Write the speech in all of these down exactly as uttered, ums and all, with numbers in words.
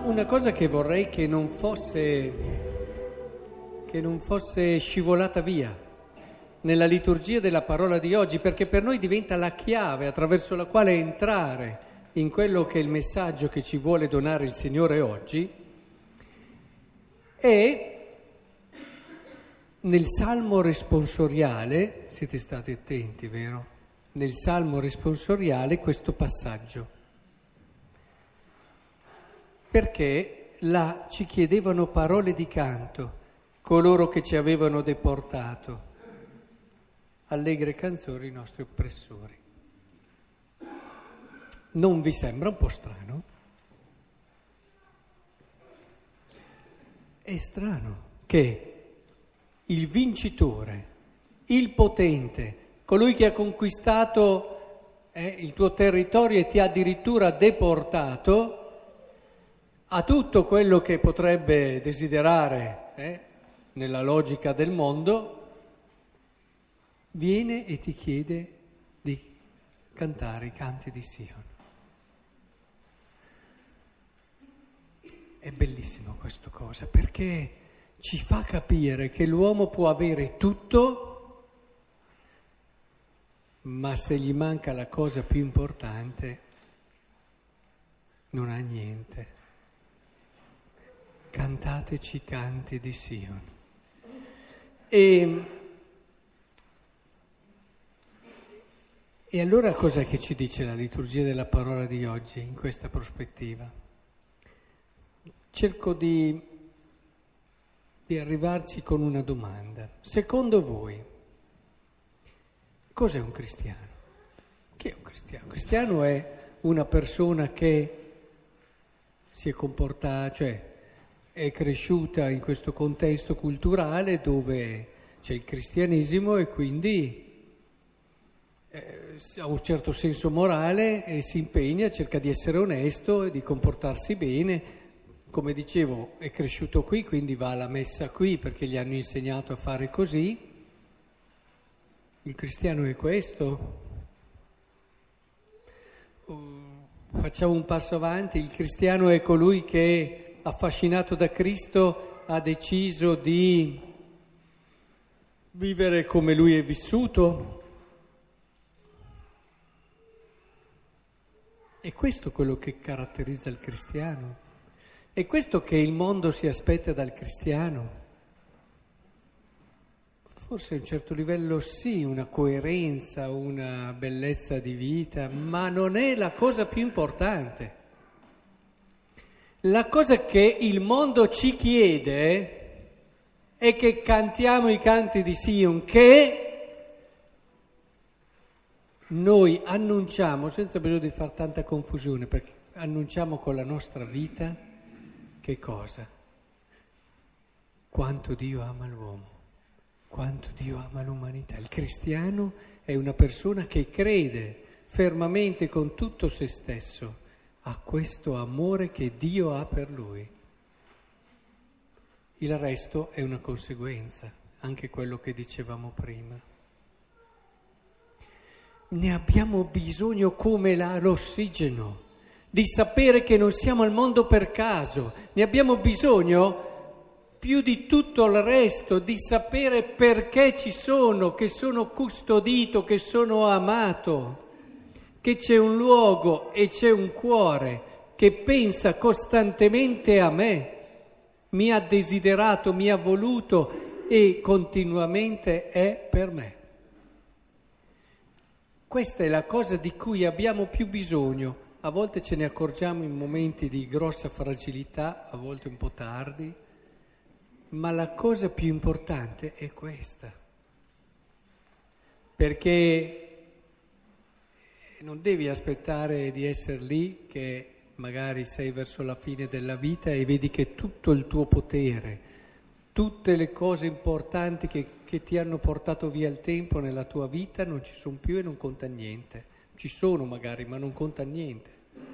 una cosa che vorrei che non fosse, che non fosse scivolata via nella liturgia della parola di oggi, perché per noi diventa la chiave attraverso la quale entrare in quello che è il messaggio che ci vuole donare il Signore oggi, è nel Salmo responsoriale, siete stati attenti, vero? Nel Salmo responsoriale questo passaggio. Perché là ci chiedevano parole di canto, coloro che ci avevano deportato, allegre canzoni i nostri oppressori. Non vi sembra un po' strano? È strano che il vincitore, il potente, colui che ha conquistato eh, il tuo territorio e ti ha addirittura deportato, ha tutto quello che potrebbe desiderare eh, nella logica del mondo, viene e ti chiede di cantare i canti di Sion. È bellissimo questa cosa, perché ci fa capire che l'uomo può avere tutto, ma se gli manca la cosa più importante, non ha niente. Cantateci canti di Sion. E, e allora cos'è che ci dice la liturgia della parola di oggi in questa prospettiva? Cerco di, di arrivarci con una domanda. Secondo voi, cos'è un cristiano? Chi è un cristiano? Un cristiano è una persona che si è comportata, cioè è cresciuta in questo contesto culturale dove c'è il cristianesimo e quindi eh, ha un certo senso morale e si impegna, cerca di essere onesto e di comportarsi bene. Come dicevo, è cresciuto qui, quindi va alla messa qui perché gli hanno insegnato a fare così. Il cristiano è questo. Facciamo un passo avanti. Il cristiano è colui che, affascinato da Cristo, ha deciso di vivere come lui è vissuto. È questo quello che caratterizza il cristiano. È questo che il mondo si aspetta dal cristiano. Forse a un certo livello sì, una coerenza, una bellezza di vita, ma non è la cosa più importante. La cosa che il mondo ci chiede è che cantiamo i canti di Sion, che noi annunciamo, senza bisogno di far tanta confusione, perché annunciamo con la nostra vita che cosa? Quanto Dio ama l'uomo, quanto Dio ama l'umanità. Il cristiano è una persona che crede fermamente con tutto se stesso a questo amore che Dio ha per lui. Il resto è una conseguenza, anche quello che dicevamo prima. Ne abbiamo bisogno come la, l'ossigeno, di sapere che non siamo al mondo per caso. Ne abbiamo bisogno più di tutto il resto, di sapere perché ci sono, che sono custodito, che sono amato, che c'è un luogo e c'è un cuore che pensa costantemente a me, mi ha desiderato, mi ha voluto e continuamente è per me. Questa è la cosa di cui abbiamo più bisogno. A volte ce ne accorgiamo in momenti di grossa fragilità, a volte un po' tardi, ma la cosa più importante è questa. Perché non devi aspettare di essere lì, che magari sei verso la fine della vita e vedi che tutto il tuo potere, tutte le cose importanti che, che ti hanno portato via il tempo nella tua vita non ci sono più e non conta niente. Ci sono magari, ma non conta niente.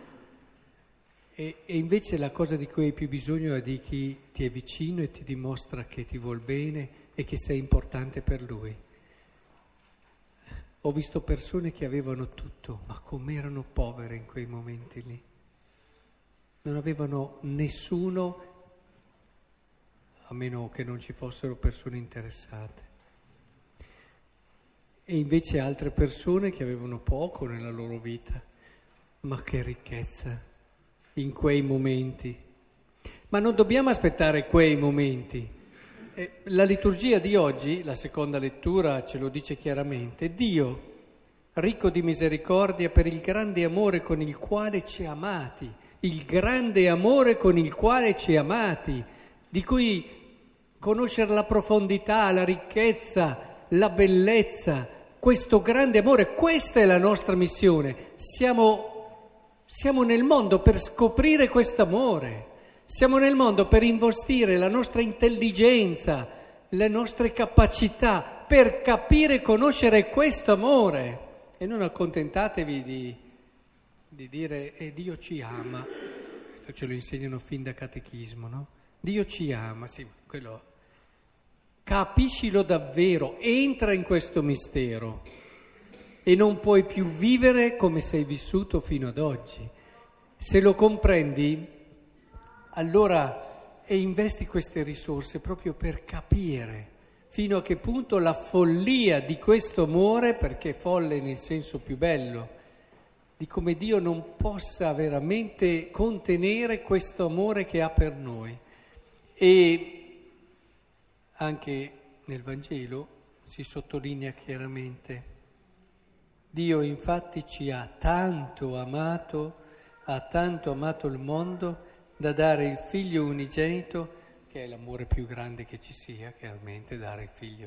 E, e invece la cosa di cui hai più bisogno è di chi ti è vicino e ti dimostra che ti vuol bene e che sei importante per lui. Ho visto persone che avevano tutto, ma come erano povere in quei momenti lì. non avevano nessuno, a meno che non ci fossero persone interessate. E invece altre persone che avevano poco nella loro vita, ma che ricchezza in quei momenti. Ma non dobbiamo aspettare quei momenti. La liturgia di oggi, la seconda lettura ce lo dice chiaramente, Dio, ricco di misericordia per il grande amore con il quale ci ha amati, il grande amore con il quale ci ha amati, di cui conoscere la profondità, la ricchezza, la bellezza, questo grande amore, questa è la nostra missione. Siamo, siamo nel mondo per scoprire questo amore. Siamo nel mondo per investire la nostra intelligenza, le nostre capacità, per capire e conoscere questo amore. E non accontentatevi di, di dire e Dio ci ama. Questo ce lo insegnano fin da catechismo, no? Dio ci ama, sì, quello. Capiscilo davvero, entra in questo mistero e non puoi più vivere come sei vissuto fino ad oggi. Se lo comprendi, allora e investi queste risorse proprio per capire fino a che punto la follia di questo amore, perché è folle nel senso più bello, di come Dio non possa veramente contenere questo amore che ha per noi. E anche nel Vangelo si sottolinea chiaramente, Dio infatti ci ha tanto amato, ha tanto amato il mondo, da dare il figlio unigenito, che è l'amore più grande che ci sia, chiaramente dare il figlio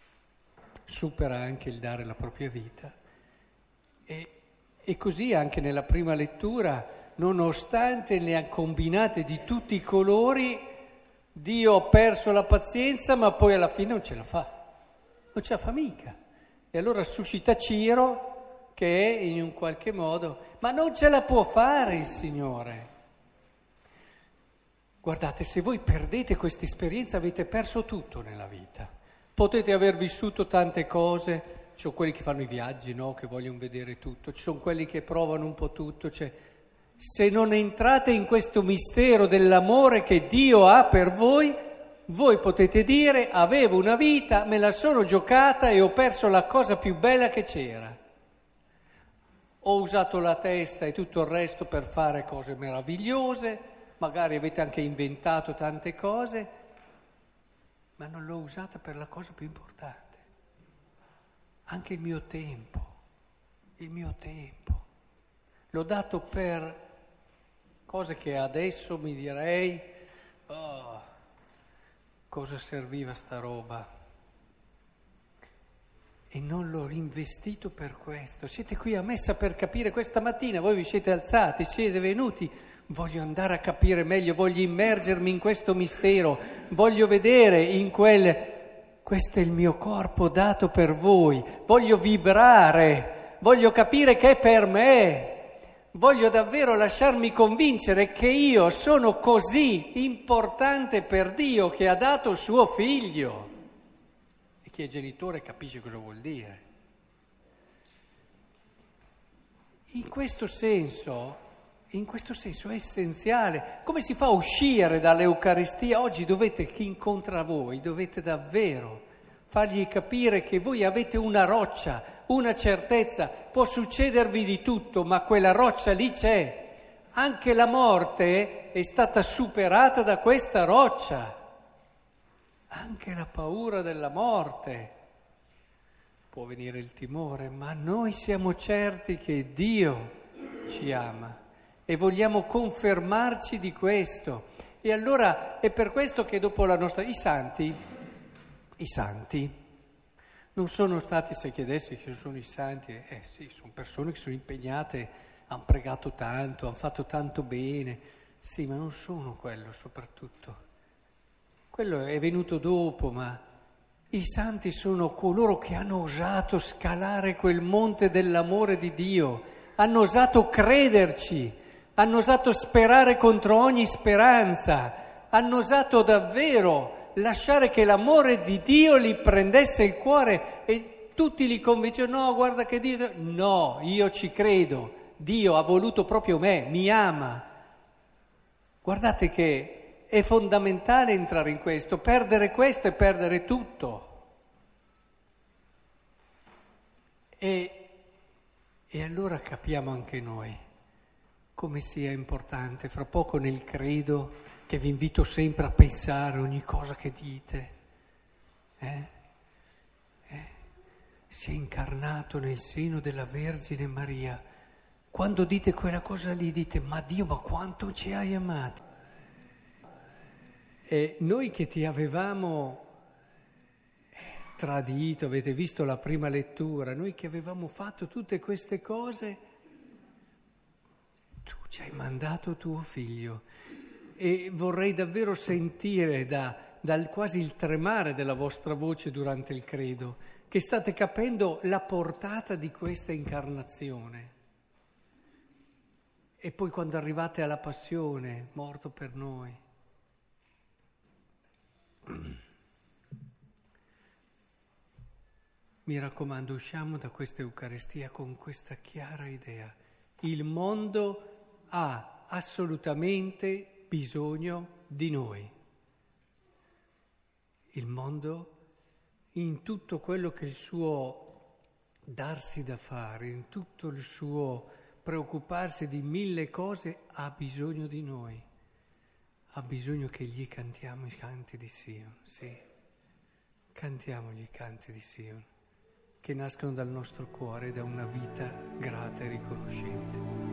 supera anche il dare la propria vita. E, e così anche nella prima lettura, nonostante le ha combinate di tutti i colori, Dio ha perso la pazienza, ma poi alla fine non ce la fa, non ce la fa mica. E allora suscita Ciro, che è in un qualche modo, ma non ce la può fare il Signore. Guardate, se voi perdete questa esperienza avete perso tutto nella vita. Potete aver vissuto tante cose, ci sono quelli che fanno i viaggi, no? Che vogliono vedere tutto, ci sono quelli che provano un po' tutto. Cioè, se non entrate in questo mistero dell'amore che Dio ha per voi, voi potete dire avevo una vita, me la sono giocata e ho perso la cosa più bella che c'era. Ho usato la testa e tutto il resto per fare cose meravigliose, magari avete anche inventato tante cose, ma non l'ho usata per la cosa più importante. Anche il mio tempo, il mio tempo, l'ho dato per cose che adesso mi direi, oh, cosa serviva sta roba? E non l'ho rinvestito per questo. Siete qui a messa per capire questa mattina, voi vi siete alzati, siete venuti. Voglio andare a capire meglio, voglio immergermi in questo mistero, voglio vedere in quel, questo è il mio corpo dato per voi, voglio vibrare, voglio capire che è per me, voglio davvero lasciarmi convincere che io sono così importante per Dio che ha dato suo figlio. E chi è genitore capisce cosa vuol dire. In questo senso... In questo senso è essenziale. Come si fa a uscire dall'Eucaristia? Oggi dovete, chi incontra voi, dovete davvero fargli capire che voi avete una roccia, una certezza. Può succedervi di tutto, ma quella roccia lì c'è. Anche la morte è stata superata da questa roccia. Anche la paura della morte. Può venire il timore, ma noi siamo certi che Dio ci ama. E vogliamo confermarci di questo. E allora è per questo che dopo la nostra... I santi, i santi, non sono stati, se chiedessi che sono i santi, eh sì, sono persone che sono impegnate, hanno pregato tanto, hanno fatto tanto bene, sì, ma non sono quello soprattutto. Quello è venuto dopo, ma i santi sono coloro che hanno osato scalare quel monte dell'amore di Dio, hanno osato crederci, hanno osato sperare contro ogni speranza, hanno osato davvero lasciare che l'amore di Dio li prendesse il cuore e tutti li convincevano, no, guarda che Dio... No, io ci credo, Dio ha voluto proprio me, mi ama. Guardate che è fondamentale entrare in questo, perdere questo è perdere tutto. E, e allora capiamo anche noi come sia importante, fra poco nel credo, che vi invito sempre a pensare ogni cosa che dite, eh? Eh? Si è incarnato nel seno della Vergine Maria. Quando dite quella cosa lì dite, ma Dio, ma quanto ci hai amati? E noi che ti avevamo tradito, avete visto la prima lettura, noi che avevamo fatto tutte queste cose, tu ci hai mandato tuo figlio. E vorrei davvero sentire da, dal quasi il tremare della vostra voce durante il credo, che state capendo la portata di questa incarnazione. E poi quando arrivate alla passione, morto per noi. Mi raccomando, usciamo da questa Eucaristia con questa chiara idea. Il mondo ha assolutamente bisogno di noi. Il mondo, in tutto quello che è il suo darsi da fare, in tutto il suo preoccuparsi di mille cose, ha bisogno di noi. Ha bisogno che gli cantiamo i canti di Sion, sì. Cantiamogli i canti di Sion, che nascono dal nostro cuore, da una vita grata e riconoscente.